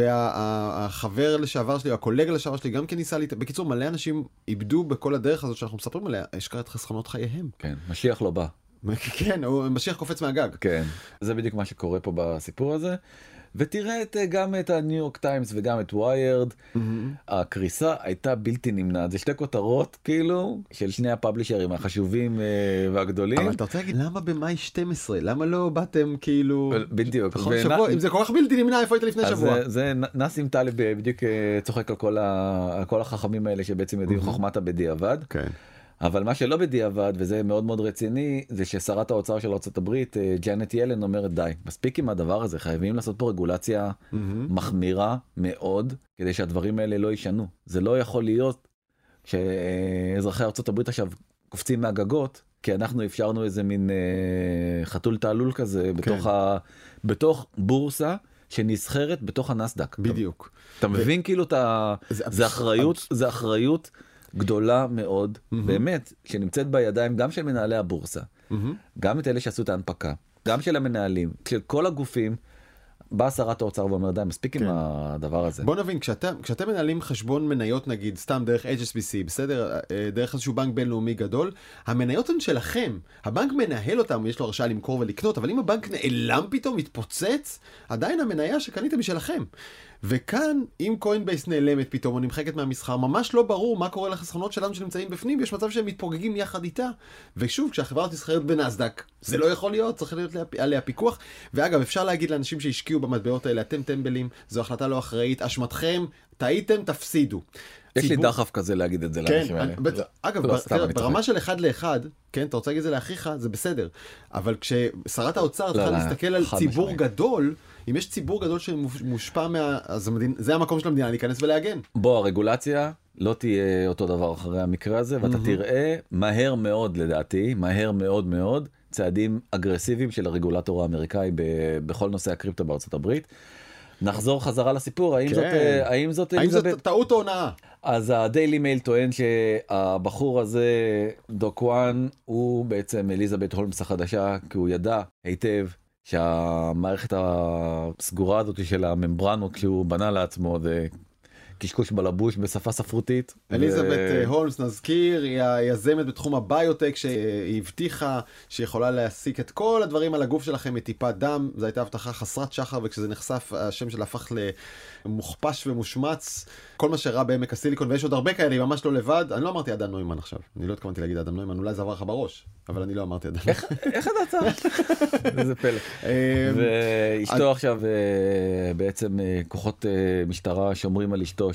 והחבר לשעבר שלי, הקולגה לשעבר שלי, גם כן ניסה להתאבד. בקיצור, מלא אנשים איבדו בכל הדרך הזאת שאנחנו מספרים עליה, השקעה את חסכונות חייהם. כן, משיח לא בא. כן, משיח קופץ מהגג. כן, זה בדיוק מה שקורה פה בסיפור הזה. ותראה גם את הניו יורק טיימס וגם את ויירד, הקריסה הייתה בלתי נמנעת, זה שתי כותרות כאילו של שני הפאבלישרים החשובים והגדולים. אבל אתה רוצה להגיד למה במאי 12? למה לא באתם כאילו בדיוק, אם זה כל כך בלתי נמנע, איפה היית לפני שבוע? זה נסים טלב בדיוק צוחק על כל החכמים האלה שבעצם יודעים חוכמת הבדיעבד. כן. אבל מה שלא בדיעבד, וזה מאוד מאוד רציני, זה ששרת האוצר של ארצות הברית, ג'אנט ילן, אומרת די, מספיק עם הדבר הזה, חייבים לעשות פה רגולציה מחמירה מאוד, כדי שהדברים האלה לא יישנו. זה לא יכול להיות שאזרחי ארצות הברית עכשיו קופצים מהגגות, כי אנחנו אפשרנו איזה מין חתול תעלול כזה בתוך בורסה שנסחרת בתוך הנסדק. בדיוק. אתה מבין כאילו, זה אחריות גדולה מאוד, באמת, שנמצאת בידיים גם של מנהלי הבורסה, גם את אלה שעשו את ההנפקה, גם של המנהלים, של כל הגופים. בא שרת האוצר ואומר, די, מספיק עם הדבר הזה. בוא נבין, כשאתם מנהלים חשבון מניות, נגיד, סתם דרך HSBC, בסדר? דרך איזשהו בנק בינלאומי גדול, המניות הן שלכם. הבנק מנהל אותם, יש לו הרשאה למכור ולקנות, אבל אם הבנק נעלם פתאום, מתפוצץ, עדיין המניה שקניתם היא שלכם. וכאן, אם קוינבייס נעלמת פתאום או נמחקת מהמסחר, ממש לא ברור מה קורה לחסכונות שלנו שנמצאים בפנים, יש מצב שהם מתפוגגים יחד איתה. ושוב, כשהחברה תסחרת בנסדק, זה לא יכול להיות, צריך להיות עליה פיקוח. ואגב, אפשר להגיד לאנשים שהשקיעו במטבעות האלה, אתם טמבלים, זו החלטה לא אחראית, אשמתכם, טעיתם, תפסידו. יש לי דחף כזה להגיד את זה לאנשים האלה. אגב, ברמה של אחד לאחד, כן, אתה רוצה להגיד את זה לאחיך, זה בסדר. אבל כששרת האוצר צריכה להסתכל על ציבור גדול, אם יש ציבור גדול שמושפע אז זה המקום של המדינה להיכנס ולהגן. בוא, הרגולציה לא תהיה אותו דבר אחרי המקרה הזה, ואתה תראה מהר מאוד לדעתי, מהר מאוד מאוד, צעדים אגרסיביים של הרגולטור האמריקאי בכל נושא הקריפטו בארצות הברית. נחזור חזרה לסיפור, האם זאת אליזבת? טעות או הונאה? אז הדיילי מייל טוען שהבחור הזה, דוק וואן, הוא בעצם אליזבת הולמס החדשה, כי הוא ידע היטב שהמערכת הסגורה הזאת של הממברנות שהוא בנה לעצמו זה קשקוש בלבוש בשפה ספרותית. אליזבת הולמס, נזכיר, היא היזמת בתחום הביוטק שהיא הבטיחה שיכולה להסיק את כל הדברים על הגוף שלכם מטיפת דם. זו הייתה הבטחה חסרת שחר, וכשזה נחשף השם שלה הפך למוכפש ומושמץ. כל מה שראה בעמק הסיליקון, ויש עוד הרבה כאלה, היא ממש לא לבד. אני לא אמרתי אדם נוימן עכשיו, אני לא התכוונתי להגיד אדם נוימן, אולי זה עבר לך בראש, אבל אני לא אמרתי אדם נוימן. איך ידעת? איזה פלא. ואשתו עכשיו בעצם כוחות משטרה שומרים על אשתו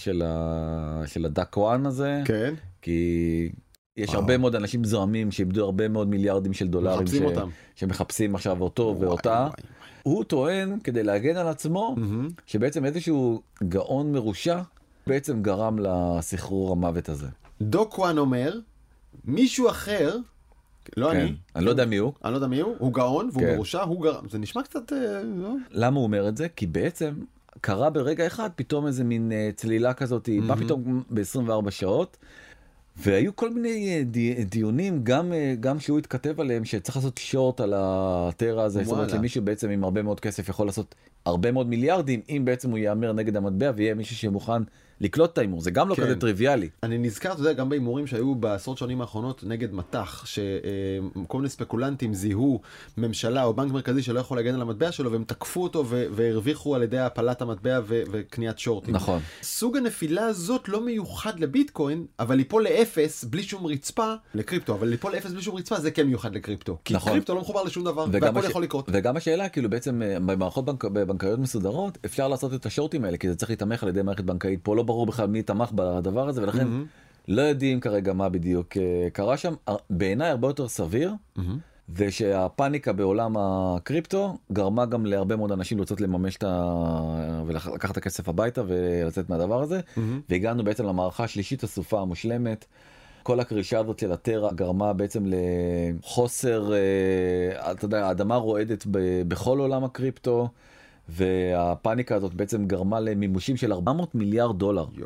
של הדק וואן הזה. כן. כי יש הרבה מאוד אנשים זוהמים שאיבדו הרבה מאוד מיליארדים של דולרים שמחפשים עכשיו אותו ואותה. הוא טוען כדי להגן על עצמו שבעצם איזשהו גאון מרושע בעצם גרם לסחרור המוות הזה. דוק וואן אומר, מישהו אחר, לא כן. אני לא יודע מי הוא. אני לא יודע מי הוא גאון והוא מרושע, זה נשמע קצת... למה הוא אומר את זה? כי בעצם קרה ברגע אחד פתאום איזה מין צלילה כזאת, בא פתאום ב-24 שעות, והיו כל מיני דיונים, גם שהוא התכתב עליהם, שצריך לעשות שורט על הטרה הזה, זאת אומרת שמישהו בעצם עם הרבה מאוד כסף יכול לעשות הרבה מאוד מיליארדים, אם בעצם הוא יאמר נגד המטבע, ויהיה מישהו שמוכן לקלוט את האימור, זה גם לא כזה טריוויאלי. אני נזכר, אתה יודע, גם באימורים שהיו בעשרות שנים האחרונות נגד מטח, שכל מיני ספקולנטים זיהו ממשלה או בנק מרכזי שלא יכול להגן על המטבע שלו, והם תקפו אותו והרוויחו על ידי הפלת המטבע וקניית שורטים. נכון. סוג הנפילה הזאת לא מיוחד לביטקוין, אבל ליפול לאפס בלי שום רצפה לקריפטו, אבל ליפול לאפס בלי שום רצפה זה כן מיוחד לקריפטו. כי קריפטו לא מחובר לשום דבר, והכל יכול לקרות. וגם השאלה, כאילו בעצם במערכות בנקאיות מסודרות, אפשר לעשות את השורטים האלה, כי זה צריך להתמך על ידי מערכת בנקאית. פה לא ברור בכלל מי תמך בדבר הזה, ולכן לא יודעים כרגע מה בדיוק קרה שם. בעיניי הרבה יותר סביר, ושהפאניקה בעולם הקריפטו גרמה גם להרבה מאוד אנשים לרצות לממש ולקחת את הכסף הביתה ולצאת מהדבר הזה, והגענו בעצם למערכה השלישית הסופה המושלמת. כל הקרישה הזאת של הטרה גרמה בעצם לחוסר, אתה יודע, האדמה רועדת בכל עולם הקריפטו, והפאניקה הזאת בעצם גרמה למימושים של $400 מיליארד.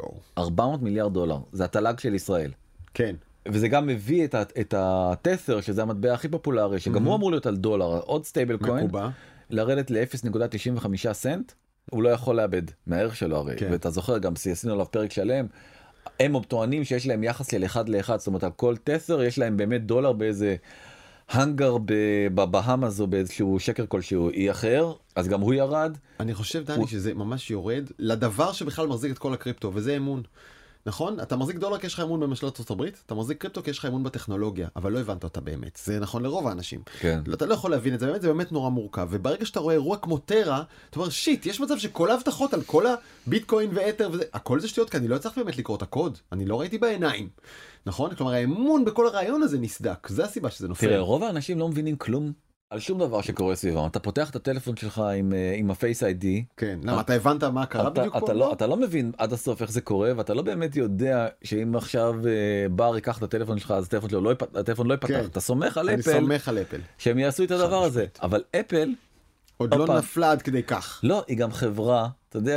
400 מיליארד דולר. זה התל"ג של ישראל. כן. וזה גם מביא את התת'ר, שזה המטבע הכי פופולרי, שגם הוא אמור להיות על דולר, עוד סטייבל קוין, לרדת ל-0.95 סנט, הוא לא יכול לאבד מהערך שלו הרי. ואתה זוכר גם, עשינו עליו פרק שלם, הם טוענים שיש להם יחס של 1 ל-1, זאת אומרת, על כל תת'ר יש להם באמת דולר באיזה הנגר בבהאמאז או באיזשהו שקר כלשהו אי אחר, אז גם הוא ירד. אני חושב, דני, שזה ממש יורד לדבר שבכלל מחזיק את כל הקריפטו, וזה אמון. נכון? אתה מחזיק דולר כי יש לך אמון בממשלת ארצות הברית, אתה מחזיק קריפטו כי יש לך אמון בטכנולוגיה, אבל לא הבנת אותה באמת. זה נכון לרוב האנשים. כן. אתה לא יכול להבין את זה, באמת, זה באמת נורא מורכב. וברגע שאתה רואה אירוע כמו טרה, אתה אומר, שיט, יש מצב שכל ההבטחות על כל הביטקוין ואתר וזה, הכל זה שטויות, כי אני לא צריך באמת לקרוא את הקוד. אני לא ראיתי בעיניים. נכון? כלומר, האמון בכל הרעיון הזה נסדק. זה הסיבה שזה נופל. תראה, רוב האנשים לא מבינים כלום על שום דבר שקורה סביבם. אתה פותח את הטלפון שלך עם הפייס איי-די. כן, למה? אתה הבנת מה קרה בדיוק פה? אתה לא מבין עד הסוף איך זה קורה, ואתה לא באמת יודע שאם עכשיו בר ייקח את הטלפון שלך, אז הטלפון לא ייפתח. אתה סומך על אפל. אני סומך על אפל. שהם יעשו את הדבר הזה. אבל אפל... עוד לא נפלה עד כדי כך. לא, היא גם חברה, אתה יודע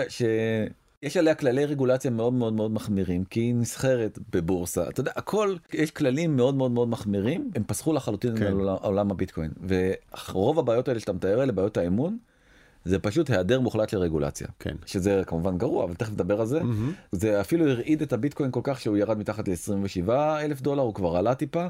יש עליה כללי רגולציה מאוד מאוד מאוד מחמירים, כי היא נסחרת בבורסה. אתה יודע, הכל, יש כללים מאוד מאוד מאוד מחמירים, הם פסחו לחלוטין על עולם הביטקוין. ורוב הבעיות האלה שאתה מתאר, אלה בעיות האמון, זה פשוט היעדר מוחלט של רגולציה. כן. שזה כמובן גרוע, אבל תכף נדבר על זה. זה אפילו הרעיד את הביטקוין כל כך שהוא ירד מתחת $27,000, הוא כבר עלה טיפה.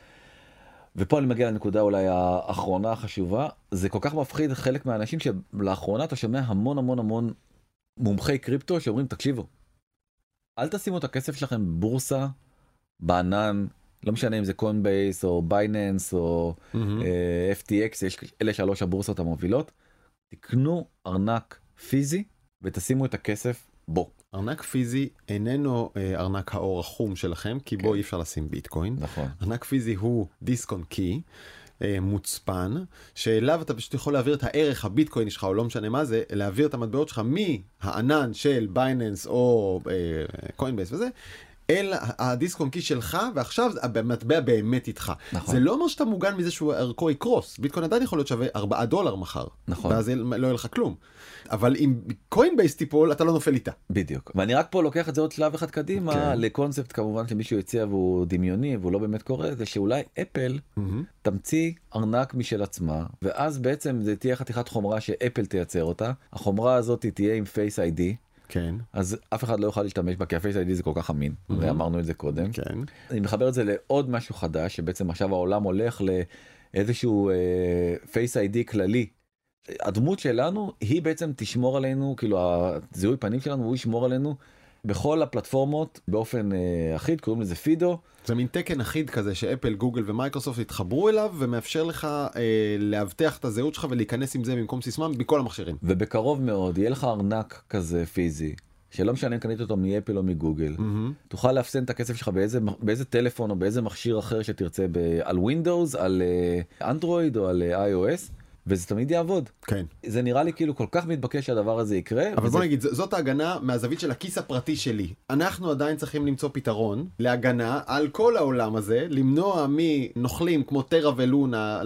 ופה אני מגיע לנקודה אולי האחרונה החשובה. זה כל כך מפחיד חלק מהאנשים שלאחרונה אתה שומע המון המון המון מומחי קריפטו שאומרים, תקשיבו, אל תשימו את הכסף שלכם בבורסה, בענן, לא משנה אם זה קוינבייס או בייננס או FTX, אלה 3 הבורסות המובילות, תקנו ארנק פיזי ותשימו את הכסף בו. ארנק פיזי איננו ארנק האור החום שלכם, כי בו אי אפשר לשים ביטקוין. נכון. ארנק פיזי הוא דיסק און קי, מוצפן, שאליו אתה פשוט יכול להעביר את הערך הביטקוין שלך, או לא משנה מה זה, להעביר את המטבעות שלך מהענן של בייננס או קוינבייס וזה, אל הדיסק און קי שלך, ועכשיו המטבע באמת איתך. נכון. זה לא אומר שאתה מוגן מזה שהוא ערכו יקרוס. ביטקוין עדיין יכול להיות שווה $4 מחר. נכון. ואז לא יהיה לך כלום. אבל אם קוינבייס תיפול, אתה לא נופל איתה. בדיוק. ואני רק פה לוקח את זה עוד שלב אחד קדימה, לקונספט כמובן שמישהו יציע והוא דמיוני והוא לא באמת קורה, זה שאולי אפל תמציא ארנק משל עצמה, ואז בעצם זה תהיה חתיכת חומרה שאפל תייצר אותה. החומרה הזאת תהיה עם פייס איי-די. כן. אז אף אחד לא יוכל להשתמש בה, כי הפייס איי-די זה כל כך אמין, ואמרנו את זה קודם. כן. אני מחבר את זה לעוד משהו חדש, שבעצם עכשיו העולם הולך לאיזשהו פייס איי-די כללי. הדמות שלנו היא בעצם תשמור עלינו, כאילו הזיהוי פנים שלנו הוא ישמור עלינו בכל הפלטפורמות באופן אחיד, קוראים לזה פידו. זה מין תקן אחיד כזה שאפל, גוגל ומייקרוסופט התחברו אליו ומאפשר לך להבטח את הזהות שלך ולהיכנס עם זה במקום סיסמה בכל המכשירים. ובקרוב מאוד יהיה לך ארנק כזה פיזי, שלא משנה אם קנית אותו מאפל או מגוגל, תוכל לאפסן את הכסף שלך באיזה טלפון או באיזה מכשיר אחר שתרצה, על ווינדוס, על אנדרואיד או על iOS. וזה תמיד יעבוד. כן. זה נראה לי כאילו כל כך מתבקש שהדבר הזה יקרה. אבל בוא נגיד, זאת ההגנה מהזווית של הכיס הפרטי שלי. אנחנו עדיין צריכים למצוא פתרון להגנה על כל העולם הזה, למנוע מנוכלים כמו טרה ולונה,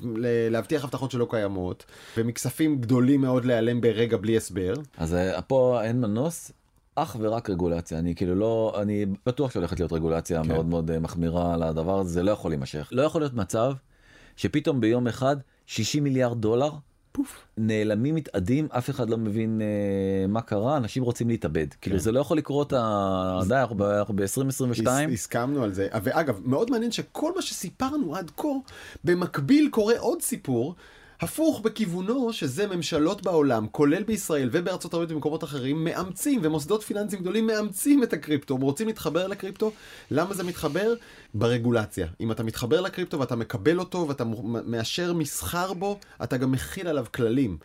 להבטיח הבטחות שלא קיימות, ומכספים גדולים מאוד להיעלם ברגע בלי הסבר. אז פה אין מנוס, אך ורק רגולציה. אני כאילו לא, אני בטוח שהולכת להיות רגולציה מאוד מאוד מחמירה על הדבר הזה, זה לא יכול להימשך. לא יכול להיות מצב שפתאום ביום אחד $60 מיליארד פוף, נעלמים, מתאדים, אף אחד לא מבין מה קרה, אנשים רוצים להתאבד. כאילו זה לא יכול לקרות, אנחנו ב-2022. הסכמנו על זה. ואגב, מאוד מעניין שכל מה שסיפרנו עד כה, במקביל קורה עוד סיפור, הפוך בכיוונו שזה ממשלות בעולם, כולל בישראל ובארצות הברית ובמקומות אחרים, מאמצים, ומוסדות פיננסיים גדולים מאמצים את הקריפטו, רוצים להתחבר לקריפטו. למה זה מתחבר? ברגולציה. אם אתה מתחבר לקריפטו ואתה מקבל אותו ואתה מאשר מסחר בו, אתה גם מכיל עליו כללים.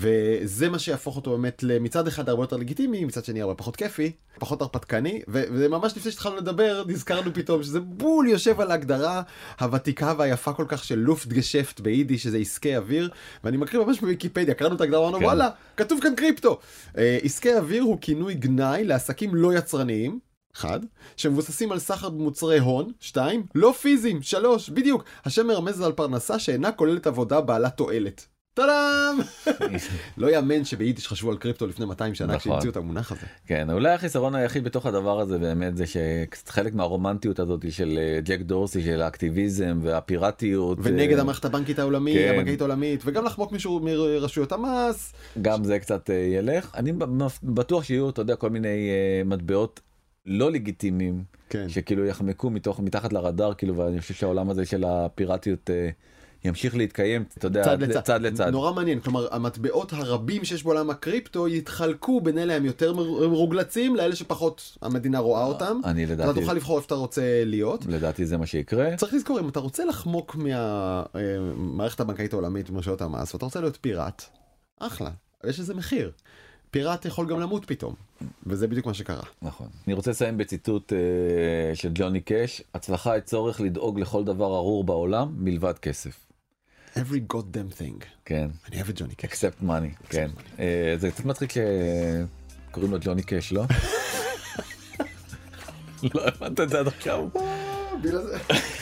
וזה מה שיהפוך אותו באמת מצד אחד הרבה יותר לגיטימי, מצד שני הרבה פחות כיפי, פחות הרפתקני, וממש לפני שהתחלנו לדבר, נזכרנו פתאום שזה בול יושב על ההגדרה הוותיקה והיפה כל כך של לופטגשפט ביידיש, שזה עסקי אוויר, ואני מקריא ממש בוויקיפדיה, קראנו את ההגדרה, אמרנו, וואלה, כתוב כאן קריפטו. עסקי אוויר הוא כינוי גנאי לעסקים לא יצרניים, 1, שמבוססים על סחר במוצרי הון, 2, לא פיזיים, 3, בדיוק, השם מרמז על פרנסה שאינה כוללת עבודה בעלת תועלת. טאדאם! לא יאמן שביידיש חשבו על קריפטו לפני 200 שנה כשהמציאו את המונח הזה. כן, אולי החיסרון היחיד בתוך הדבר הזה באמת זה שחלק מהרומנטיות הזאת של ג'ק דורסי, של האקטיביזם והפיראטיות. ונגד המערכת הבנקית הבנקאית העולמית, וגם לחמוק מישהו מרשויות המס. גם זה קצת ילך. אני בטוח שיהיו, אתה יודע, כל מיני מטבעות לא לגיטימיים, שכאילו יחמקו מתחת לרדאר, כאילו, ואני חושב שהעולם הזה של הפיראטיות ימשיך להתקיים, אתה יודע, צד לצד. נורא מעניין, כלומר, המטבעות הרבים שיש בעולם הקריפטו יתחלקו בין אלה הם יותר מרוגלצים, לאלה שפחות המדינה רואה אותם. אני לדעתי... אתה תוכל לבחור איפה אתה רוצה להיות. לדעתי זה מה שיקרה. צריך לזכור, אם אתה רוצה לחמוק מהמערכת הבנקאית העולמית ומרשויות המס, ואתה רוצה להיות פיראט, אחלה, יש איזה מחיר. פיראט יכול גם למות פתאום, וזה בדיוק מה שקרה. נכון. אני רוצה לסיים בציטוט של ג'וני קאש, הצלחה היא צורך לדאוג לכל דבר ארור בעולם מלבד כסף. Every goddamn thing. כן. אני אוהב את ג'וני קאש. Except money, כן. זה קצת מצחיק שקוראים לו ג'וני קאש, לא? לא הבנת את זה עד עכשיו. בילה זה.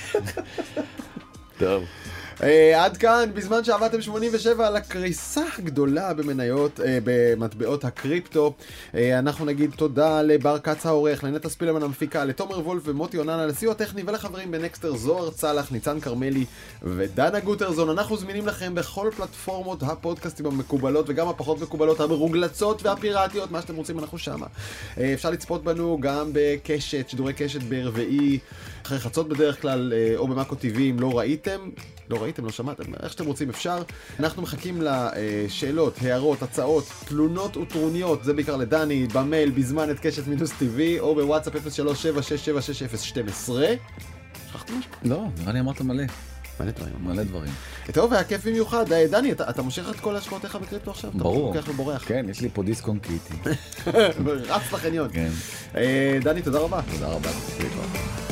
טוב. עד כאן, בזמן שעבדתם 87 על הקריסה הגדולה במניות, במטבעות הקריפטו. אנחנו נגיד תודה לבר קץ העורך, לנטע ספילמן המפיקה, לתומר וולף ומוטי עוננה, לסיוע טכני ולחברים בנקסטר, זוהר צלח, ניצן קרמלי ודנה גוטרזון. אנחנו זמינים לכם בכל פלטפורמות הפודקאסטים המקובלות וגם הפחות מקובלות, המרוגלצות והפיראטיות, מה שאתם רוצים אנחנו שמה. אפשר לצפות בנו גם בקשת, שידורי קשת ברביעי, אחרי חצות בדרך כלל, או במאקו טבעי, אם לא ראיתם, לא שמעתם, איך שאתם רוצים אפשר. אנחנו מחכים לשאלות, הערות, הצעות, תלונות וטרוניות, זה בעיקר לדני, במייל, בזמן את קשת מינוס טבעי, או בוואטסאפ 0376766012. שכחתם משהו? לא, נראה לי אמרת מלא. מלא דברים. טוב, היה כיף במיוחד. דני, אתה מושך את כל השקעותיך בקריפטו עכשיו? ברור. אתה לוקח ובורח. כן, יש לי פה דיסק און קי איתי. רץ לחניון. כן. דני, תודה רבה. תודה רבה.